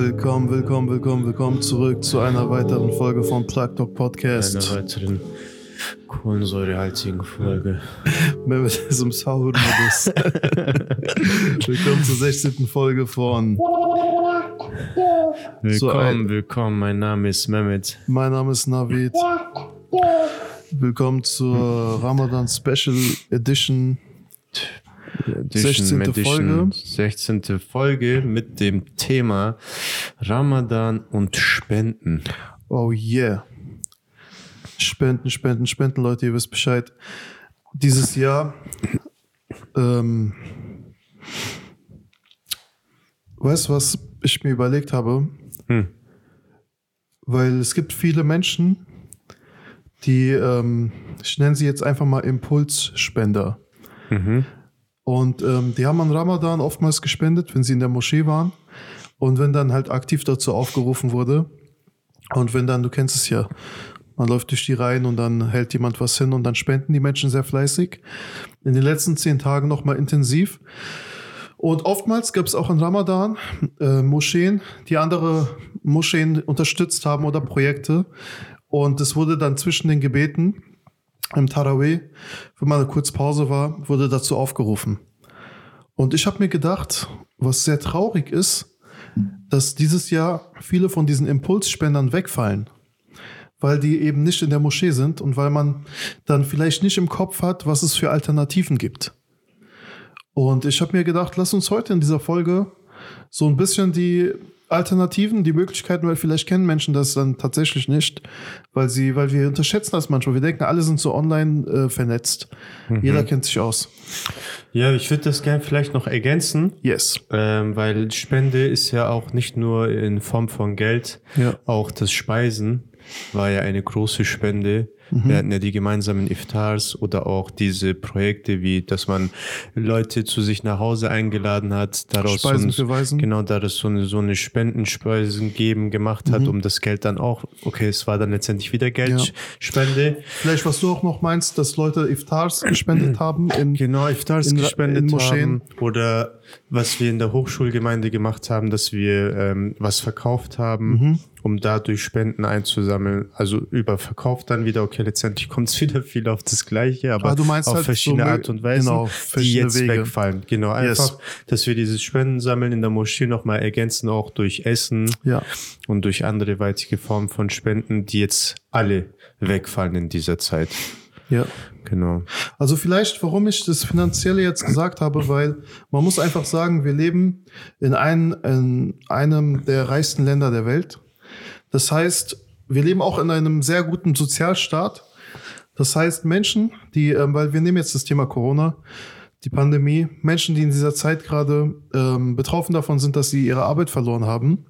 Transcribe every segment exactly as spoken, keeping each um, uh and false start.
Willkommen, willkommen, willkommen, willkommen zurück zu einer weiteren Folge vom Plug Talk Podcast. Einer weiteren kohlensäurehaltigen Folge. Mehmet ist im Sahur-Modus. Willkommen zur sechzehnten Folge von Willkommen, ein... willkommen. Mein Name ist Mehmet. Mein Name ist Navid. Willkommen zur Ramadan Special Edition. Edition, sechzehnte Folge. sechzehnte Folge mit dem Thema Ramadan und Spenden. Oh yeah. Spenden, Spenden, Spenden, Leute, ihr wisst Bescheid. Dieses Jahr, ähm, weißt du, was ich mir überlegt habe? Hm. Weil es gibt viele Menschen, die, ähm, ich nenne sie jetzt einfach mal Impulsspender. Mhm. Und ähm, die haben an Ramadan oftmals gespendet, wenn sie in der Moschee waren. Und wenn dann halt aktiv dazu aufgerufen wurde. Und wenn dann, du kennst es ja, man läuft durch die Reihen und dann hält jemand was hin und dann spenden die Menschen sehr fleißig. In den letzten zehn Tagen nochmal intensiv. Und oftmals gab es auch in Ramadan äh, Moscheen, die andere Moscheen unterstützt haben oder Projekte. Und es wurde dann zwischen den Gebeten im Tarawih, wenn mal eine kurze Pause war, wurde dazu aufgerufen. Und ich habe mir gedacht, was sehr traurig ist, dass dieses Jahr viele von diesen Impulsspendern wegfallen, weil die eben nicht in der Moschee sind und weil man dann vielleicht nicht im Kopf hat, was es für Alternativen gibt. Und ich habe mir gedacht, lass uns heute in dieser Folge so ein bisschen die Alternativen, die Möglichkeiten, weil vielleicht kennen Menschen das dann tatsächlich nicht, weil sie, weil wir unterschätzen das manchmal. Wir denken, alle sind so online äh, vernetzt. Mhm. Jeder kennt sich aus. Ja, ich würde das gerne vielleicht noch ergänzen. Yes. Ähm, weil Spende ist ja auch nicht nur in Form von Geld, ja. Auch das Speisen war ja eine große Spende. Mhm. Wir hatten ja die gemeinsamen Iftars oder auch diese Projekte, wie dass man Leute zu sich nach Hause eingeladen hat, daraus Speisen so, für Waisen. Genau, daraus so eine, so eine Spendenspeisen geben gemacht hat, mhm. um das Geld dann auch, okay, es war dann letztendlich wieder Geldspende. Ja. Vielleicht, was du auch noch meinst, dass Leute Iftars gespendet haben. In, genau, Iftars in, gespendet in Moscheen. haben. Oder was wir in der Hochschulgemeinde gemacht haben, dass wir ähm, was verkauft haben, mhm. um dadurch Spenden einzusammeln. Also über Verkauf dann wieder, okay, letztendlich kommt es wieder viel auf das Gleiche, aber, aber auf halt verschiedene so Art und Weise, genau, die jetzt Wege. wegfallen. Genau, einfach, yes. dass wir dieses Spendensammeln in der Moschee nochmal ergänzen, auch durch Essen ja. und durch andere weitere Formen von Spenden, die jetzt alle wegfallen in dieser Zeit. Ja. Genau. Also vielleicht, warum ich das Finanzielle jetzt gesagt habe, weil man muss einfach sagen, wir leben in, ein, in einem der reichsten Länder der Welt. Das heißt, wir leben auch in einem sehr guten Sozialstaat. Das heißt, Menschen, die, ähm, weil wir nehmen jetzt das Thema Corona, die Pandemie, Menschen, die in dieser Zeit gerade ähm, betroffen davon sind, dass sie ihre Arbeit verloren haben,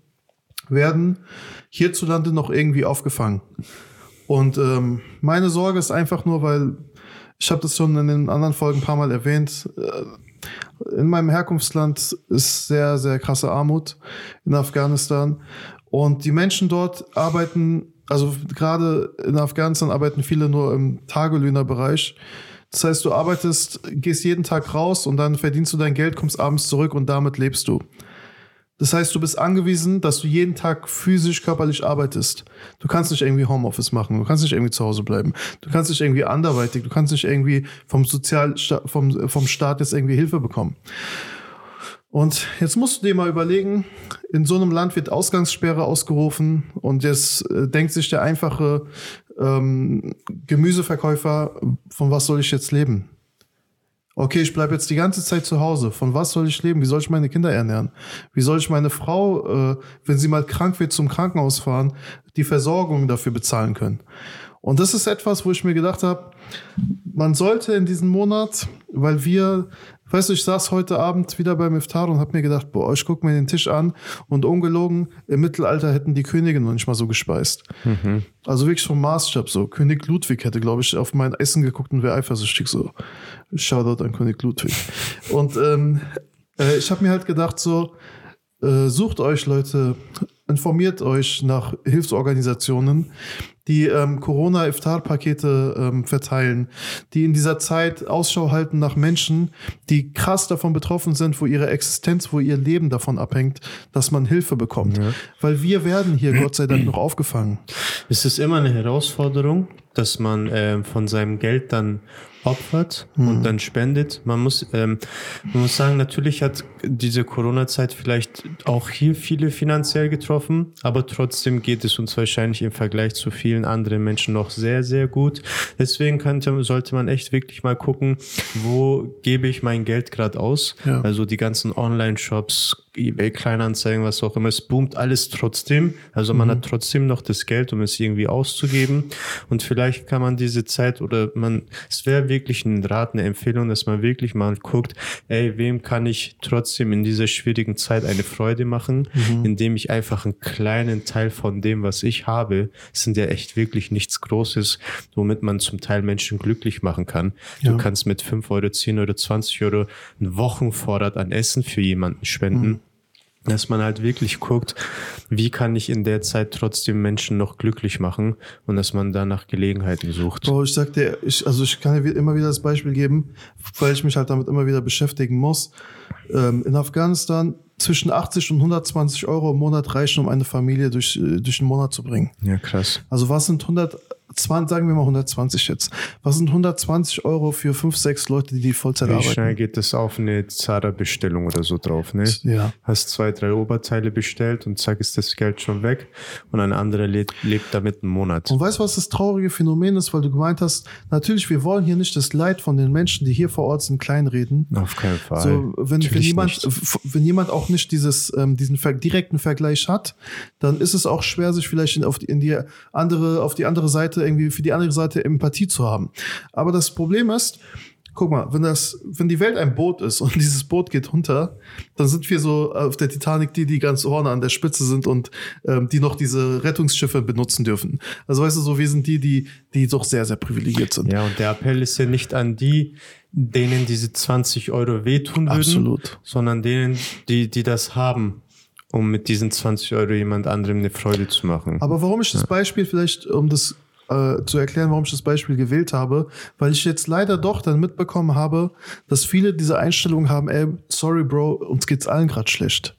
werden hierzulande noch irgendwie aufgefangen. Und ähm, meine Sorge ist einfach nur, weil ich habe das schon in den anderen Folgen ein paar Mal erwähnt, äh, in meinem Herkunftsland ist sehr, sehr krasse Armut in Afghanistan. Und die Menschen dort arbeiten, also gerade in Afghanistan arbeiten viele nur im Tagelöhnerbereich. Das heißt, du arbeitest, gehst jeden Tag raus und dann verdienst du dein Geld, kommst abends zurück und damit lebst du. Das heißt, du bist angewiesen, dass du jeden Tag physisch, körperlich arbeitest. Du kannst nicht irgendwie Homeoffice machen, du kannst nicht irgendwie zu Hause bleiben, du kannst nicht irgendwie anderweitig, du kannst nicht irgendwie vom Sozial, vom, vom Staat jetzt irgendwie Hilfe bekommen. Und jetzt musst du dir mal überlegen, in so einem Land wird Ausgangssperre ausgerufen und jetzt äh, denkt sich der einfache ähm, Gemüseverkäufer, von was soll ich jetzt leben? Okay, ich bleibe jetzt die ganze Zeit zu Hause. Von was soll ich leben? Wie soll ich meine Kinder ernähren? Wie soll ich meine Frau, äh, wenn sie mal krank wird, zum Krankenhaus fahren, die Versorgung dafür bezahlen können? Und das ist etwas, wo ich mir gedacht habe, man sollte in diesem Monat, weil wir, weißt du, ich saß heute Abend wieder beim Iftar und habe mir gedacht, boah, ich gucke mir den Tisch an und ungelogen, im Mittelalter hätten die Könige noch nicht mal so gespeist. Mhm. Also wirklich vom Maßstab so. König Ludwig hätte, glaube ich, auf mein Essen geguckt und wäre eifersüchtig so. Shoutout an König Ludwig. Und ähm, äh, ich habe mir halt gedacht so, äh, sucht euch Leute, informiert euch nach Hilfsorganisationen, die ähm, Corona-Iftar-Pakete ähm, verteilen, die in dieser Zeit Ausschau halten nach Menschen, die krass davon betroffen sind, wo ihre Existenz, wo ihr Leben davon abhängt, dass man Hilfe bekommt. Ja. Weil wir werden hier Gott sei Dank noch aufgefangen. Es ist immer eine Herausforderung, dass man äh, von seinem Geld dann opfert mhm. und dann spendet. Man muss, ähm, man muss sagen, natürlich hat diese Corona-Zeit vielleicht auch hier viele finanziell getroffen, aber trotzdem geht es uns wahrscheinlich im Vergleich zu vielen anderen Menschen noch sehr, sehr gut. Deswegen könnte, sollte man echt wirklich mal gucken, wo gebe ich mein Geld gerade aus? Ja. Also die ganzen Online-Shops, eBay, Kleinanzeigen, was auch immer, es boomt alles trotzdem. Also man mhm. hat trotzdem noch das Geld, um es irgendwie auszugeben. Und vielleicht kann man diese Zeit oder man, es wäre wirklich ein Rat, eine Empfehlung, dass man wirklich mal guckt, ey, wem kann ich trotzdem in dieser schwierigen Zeit eine Freude machen, mhm. indem ich einfach einen kleinen Teil von dem, was ich habe, es sind ja echt wirklich nichts Großes, womit man zum Teil Menschen glücklich machen kann. Ja. Du kannst mit fünf Euro, zehn Euro, zwanzig Euro einen Wochenvorrat an Essen für jemanden spenden. Mhm. Dass man halt wirklich guckt, wie kann ich in der Zeit trotzdem Menschen noch glücklich machen und dass man da nach Gelegenheiten sucht. Bro, ich sag dir, ich, also ich kann dir immer wieder das Beispiel geben, weil ich mich halt damit immer wieder beschäftigen muss. Ähm, in Afghanistan zwischen achtzig und hundertzwanzig Euro im Monat reichen, um eine Familie durch, durch den Monat zu bringen. Ja, krass. Also was sind hundertzwanzig, sagen wir mal hundertzwanzig jetzt. Was sind hundertzwanzig Euro für fünf, sechs Leute, die die Vollzeit Wie arbeiten? Wie schnell geht das auf eine Zara-Bestellung oder so drauf, ne? Ja. Hast zwei, drei Oberteile bestellt und zack ist das Geld schon weg und ein anderer lebt, lebt damit einen Monat. Und weißt du, was das traurige Phänomen ist, weil du gemeint hast, natürlich, wir wollen hier nicht das Leid von den Menschen, die hier vor Ort sind, kleinreden. Auf keinen Fall. So, wenn, wenn jemand, nicht. wenn jemand auch nicht dieses, ähm, diesen ver- direkten Vergleich hat, dann ist es auch schwer, sich vielleicht in, auf die, in die andere, auf die andere Seite irgendwie für die andere Seite Empathie zu haben. Aber das Problem ist, guck mal, wenn das, wenn die Welt ein Boot ist und dieses Boot geht runter, dann sind wir so auf der Titanic, die die ganz vorne an der Spitze sind und ähm, die noch diese Rettungsschiffe benutzen dürfen. Also weißt du, so wir sind die, die, die doch sehr, sehr privilegiert sind. Ja, und der Appell ist ja nicht an die, denen diese zwanzig Euro wehtun würden, Absolut. sondern denen, die, die das haben, um mit diesen zwanzig Euro jemand anderem eine Freude zu machen. Aber warum ich das Beispiel vielleicht, um das äh, zu erklären, warum ich das Beispiel gewählt habe, weil ich jetzt leider doch dann mitbekommen habe, dass viele diese Einstellung haben, ey, sorry Bro, uns geht's allen gerade schlecht.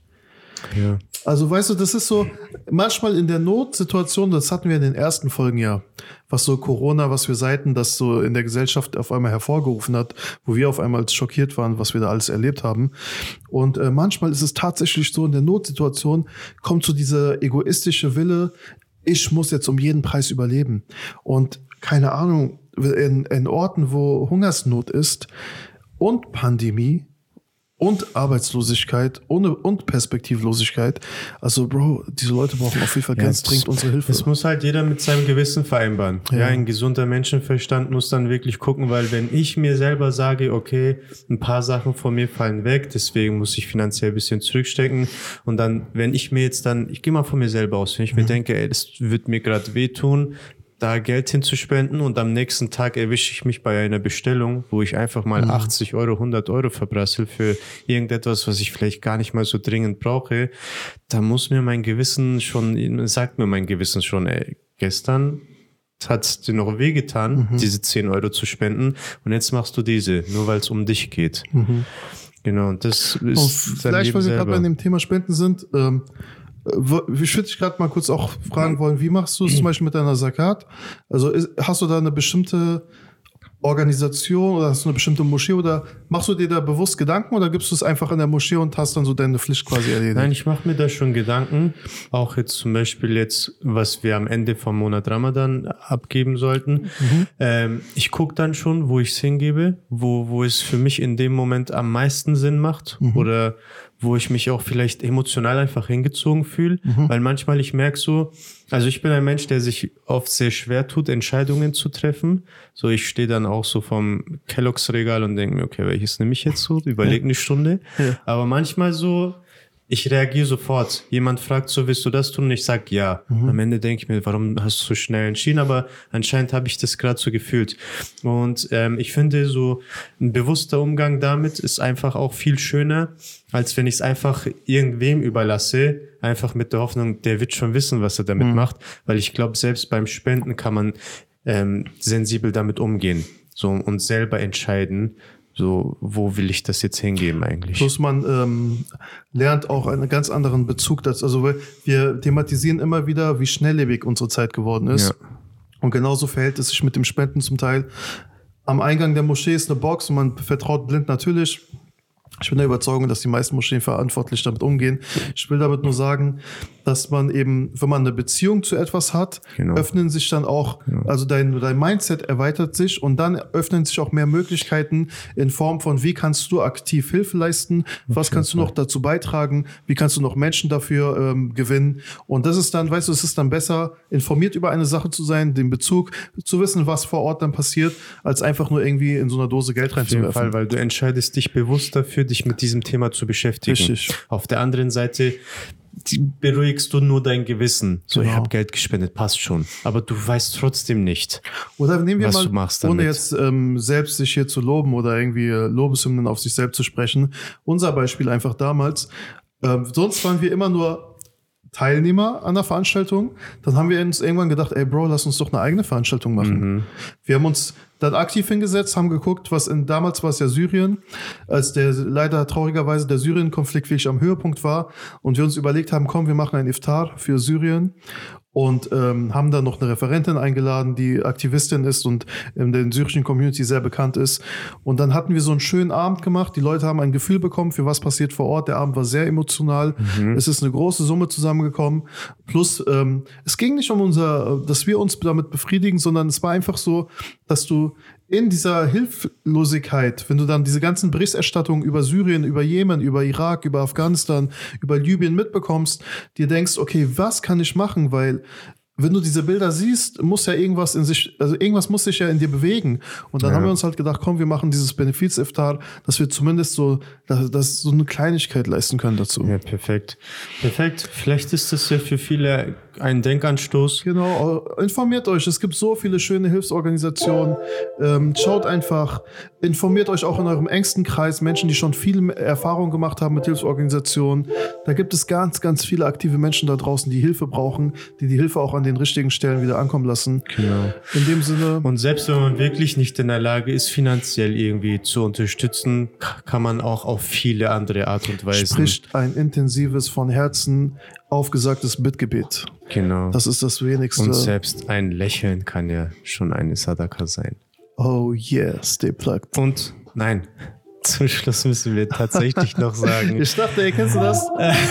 Ja. Also weißt du, das ist so, manchmal in der Notsituation, das hatten wir in den ersten Folgen ja, was so Corona, was wir Seiten, das so in der Gesellschaft auf einmal hervorgerufen hat, wo wir auf einmal schockiert waren, was wir da alles erlebt haben. Und äh, manchmal ist es tatsächlich so, in der Notsituation kommt so dieser egoistische Wille, ich muss jetzt um jeden Preis überleben. Und keine Ahnung, in, in Orten, wo Hungersnot ist und Pandemie, und Arbeitslosigkeit ohne, und Perspektivlosigkeit. Also, Bro, diese Leute brauchen auf jeden Fall ja, ganz dringend unsere Hilfe. Das muss halt jeder mit seinem Gewissen vereinbaren. Ja. ja, ein gesunder Menschenverstand muss dann wirklich gucken, weil wenn ich mir selber sage, okay, ein paar Sachen von mir fallen weg, deswegen muss ich finanziell ein bisschen zurückstecken und dann, wenn ich mir jetzt dann, ich gehe mal von mir selber aus, wenn ich mhm. mir denke, ey, das wird mir gerade wehtun, da Geld hinzuspenden und am nächsten Tag erwische ich mich bei einer Bestellung, wo ich einfach mal mhm. achtzig Euro, hundert Euro verbrassel für irgendetwas, was ich vielleicht gar nicht mal so dringend brauche, da muss mir mein Gewissen schon, sagt mir mein Gewissen schon, ey, gestern hat es dir noch wehgetan, mhm. diese zehn Euro zu spenden und jetzt machst du diese, nur weil es um dich geht. Mhm. Genau, und das ist und vielleicht, weil wir gerade bei dem Thema Spenden sind, ähm, ich würde dich gerade mal kurz auch fragen wollen, wie machst du es zum Beispiel mit deiner Zakat? Also ist, hast du da eine bestimmte Organisation oder hast du eine bestimmte Moschee oder machst du dir da bewusst Gedanken oder gibst du es einfach in der Moschee und hast dann so deine Pflicht quasi erledigt? Nein, ich mache mir da schon Gedanken. Auch jetzt zum Beispiel jetzt, was wir am Ende vom Monat Ramadan abgeben sollten. Mhm. Ähm, ich gucke dann schon, wo ich es hingebe, wo, wo es für mich in dem Moment am meisten Sinn macht mhm. oder wo ich mich auch vielleicht emotional einfach hingezogen fühle, mhm. weil manchmal ich merke so, also ich bin ein Mensch, der sich oft sehr schwer tut, Entscheidungen zu treffen. So, ich stehe dann auch so vom Kelloggs Regal und denke mir, okay, welches nehme ich jetzt so? Überlege eine Stunde. Ja. Aber manchmal so, ich reagiere sofort. Jemand fragt so, willst du das tun? Und ich sage ja. Mhm. Am Ende denke ich mir, warum hast du so schnell entschieden? Aber anscheinend habe ich das gerade so gefühlt. Und ähm, ich finde, so ein bewusster Umgang damit ist einfach auch viel schöner, als wenn ich es einfach irgendwem überlasse, einfach mit der Hoffnung, der wird schon wissen, was er damit mhm. macht. Weil ich glaube, selbst beim Spenden kann man ähm, sensibel damit umgehen, so und selber entscheiden, so, wo will ich das jetzt hingeben eigentlich? Plus man ähm, lernt auch einen ganz anderen Bezug dazu. Also wir thematisieren immer wieder, wie schnelllebig unsere Zeit geworden ist. Ja. Und genauso verhält es sich mit dem Spenden zum Teil. Am Eingang der Moschee ist eine Box und man vertraut blind natürlich. Ich bin der Überzeugung, dass die meisten Moscheen verantwortlich damit umgehen. Ich will damit nur sagen, dass man eben, wenn man eine Beziehung zu etwas hat, genau. öffnen sich dann auch, genau. also dein, dein Mindset erweitert sich und dann öffnen sich auch mehr Möglichkeiten in Form von, wie kannst du aktiv Hilfe leisten, was kannst du noch dazu beitragen, wie kannst du noch Menschen dafür ähm, gewinnen. Und das ist dann, weißt du, es ist dann besser, informiert über eine Sache zu sein, den Bezug zu wissen, was vor Ort dann passiert, als einfach nur irgendwie in so einer Dose Geld reinzuwerfen. Auf jeden Fall, weil du entscheidest dich bewusst dafür, dich mit diesem Thema zu beschäftigen. Richtig. Auf der anderen Seite beruhigst du nur dein Gewissen. So, genau. Ich habe Geld gespendet, passt schon. Aber du weißt trotzdem nicht, oder nehmen wir was mal, du machst damit. Ohne jetzt ähm, selbst sich hier zu loben oder irgendwie äh, Lobeshymnen auf sich selbst zu sprechen. Unser Beispiel einfach damals. Ähm, sonst waren wir immer nur Teilnehmer an der Veranstaltung. Dann haben wir uns irgendwann gedacht, ey Bro, lass uns doch eine eigene Veranstaltung machen. Mhm. Wir haben uns dann aktiv hingesetzt, haben geguckt, was in, damals war es ja Syrien, als der leider traurigerweise der Syrien-Konflikt wirklich am Höhepunkt war und wir uns überlegt haben, komm, wir machen ein Iftar für Syrien und ähm, haben dann noch eine Referentin eingeladen, die Aktivistin ist und in der syrischen Community sehr bekannt ist. Und dann hatten wir so einen schönen Abend gemacht. Die Leute haben ein Gefühl bekommen, für was passiert vor Ort. Der Abend war sehr emotional. Mhm. Es ist eine große Summe zusammengekommen. Plus, ähm, es ging nicht um unser, dass wir uns damit befriedigen, sondern es war einfach so, dass du in dieser Hilflosigkeit, wenn du dann diese ganzen Berichterstattungen über Syrien, über Jemen, über Irak, über Afghanistan, über Libyen mitbekommst, dir denkst, okay, was kann ich machen? Weil wenn du diese Bilder siehst, muss ja irgendwas in sich, also irgendwas muss sich ja in dir bewegen. Und dann ja. haben wir uns halt gedacht, komm, wir machen dieses Benefiz-Iftar, dass wir zumindest so, dass, dass so eine Kleinigkeit leisten können dazu. Ja, perfekt. Perfekt. Vielleicht ist das ja für viele ein Denkanstoß. Genau. Informiert euch. Es gibt so viele schöne Hilfsorganisationen. Ähm, schaut einfach. Informiert euch auch in eurem engsten Kreis. Menschen, die schon viel Erfahrung gemacht haben mit Hilfsorganisationen. Da gibt es ganz, ganz viele aktive Menschen da draußen, die Hilfe brauchen, die die Hilfe auch an den richtigen Stellen wieder ankommen lassen. Genau. In dem Sinne. Und selbst wenn man wirklich nicht in der Lage ist, finanziell irgendwie zu unterstützen, kann man auch auf viele andere Art und Weise. Spricht ein intensives, von Herzen aufgesagtes Bittgebet. Genau. Das ist das Wenigste. Und selbst ein Lächeln kann ja schon eine Sadaka sein. Oh yeah, stay plugged. Und nein, zum Schluss müssen wir tatsächlich noch sagen. Ich dachte, ey, kennst du das?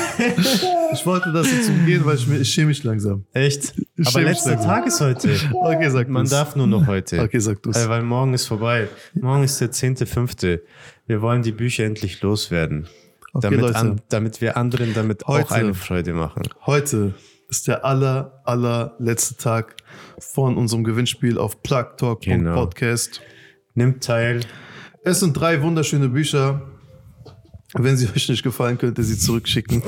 Ich wollte das jetzt umgehen, weil ich, ich schäme mich langsam. Echt? Ich Aber letzter langsam. Tag ist heute. Okay, sag Man du's. darf nur noch heute. Okay, sag du's. Weil morgen ist vorbei. Morgen ist der zehnte fünfte Wir wollen die Bücher endlich loswerden. Okay, damit, an, damit wir anderen damit heute, auch eine Freude machen. Heute ist der aller, allerletzte Tag von unserem Gewinnspiel auf plugtalk punkt podcast. Genau. Nimmt teil. Es sind drei wunderschöne Bücher. Wenn sie euch nicht gefallen, könnt ihr sie zurückschicken.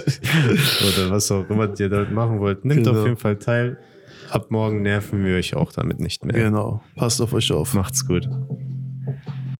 Oder was auch immer ihr damit machen wollt. Nimmt genau. auf jeden Fall teil. Ab morgen nerven wir euch auch damit nicht mehr. Genau. Passt auf euch auf. Macht's gut.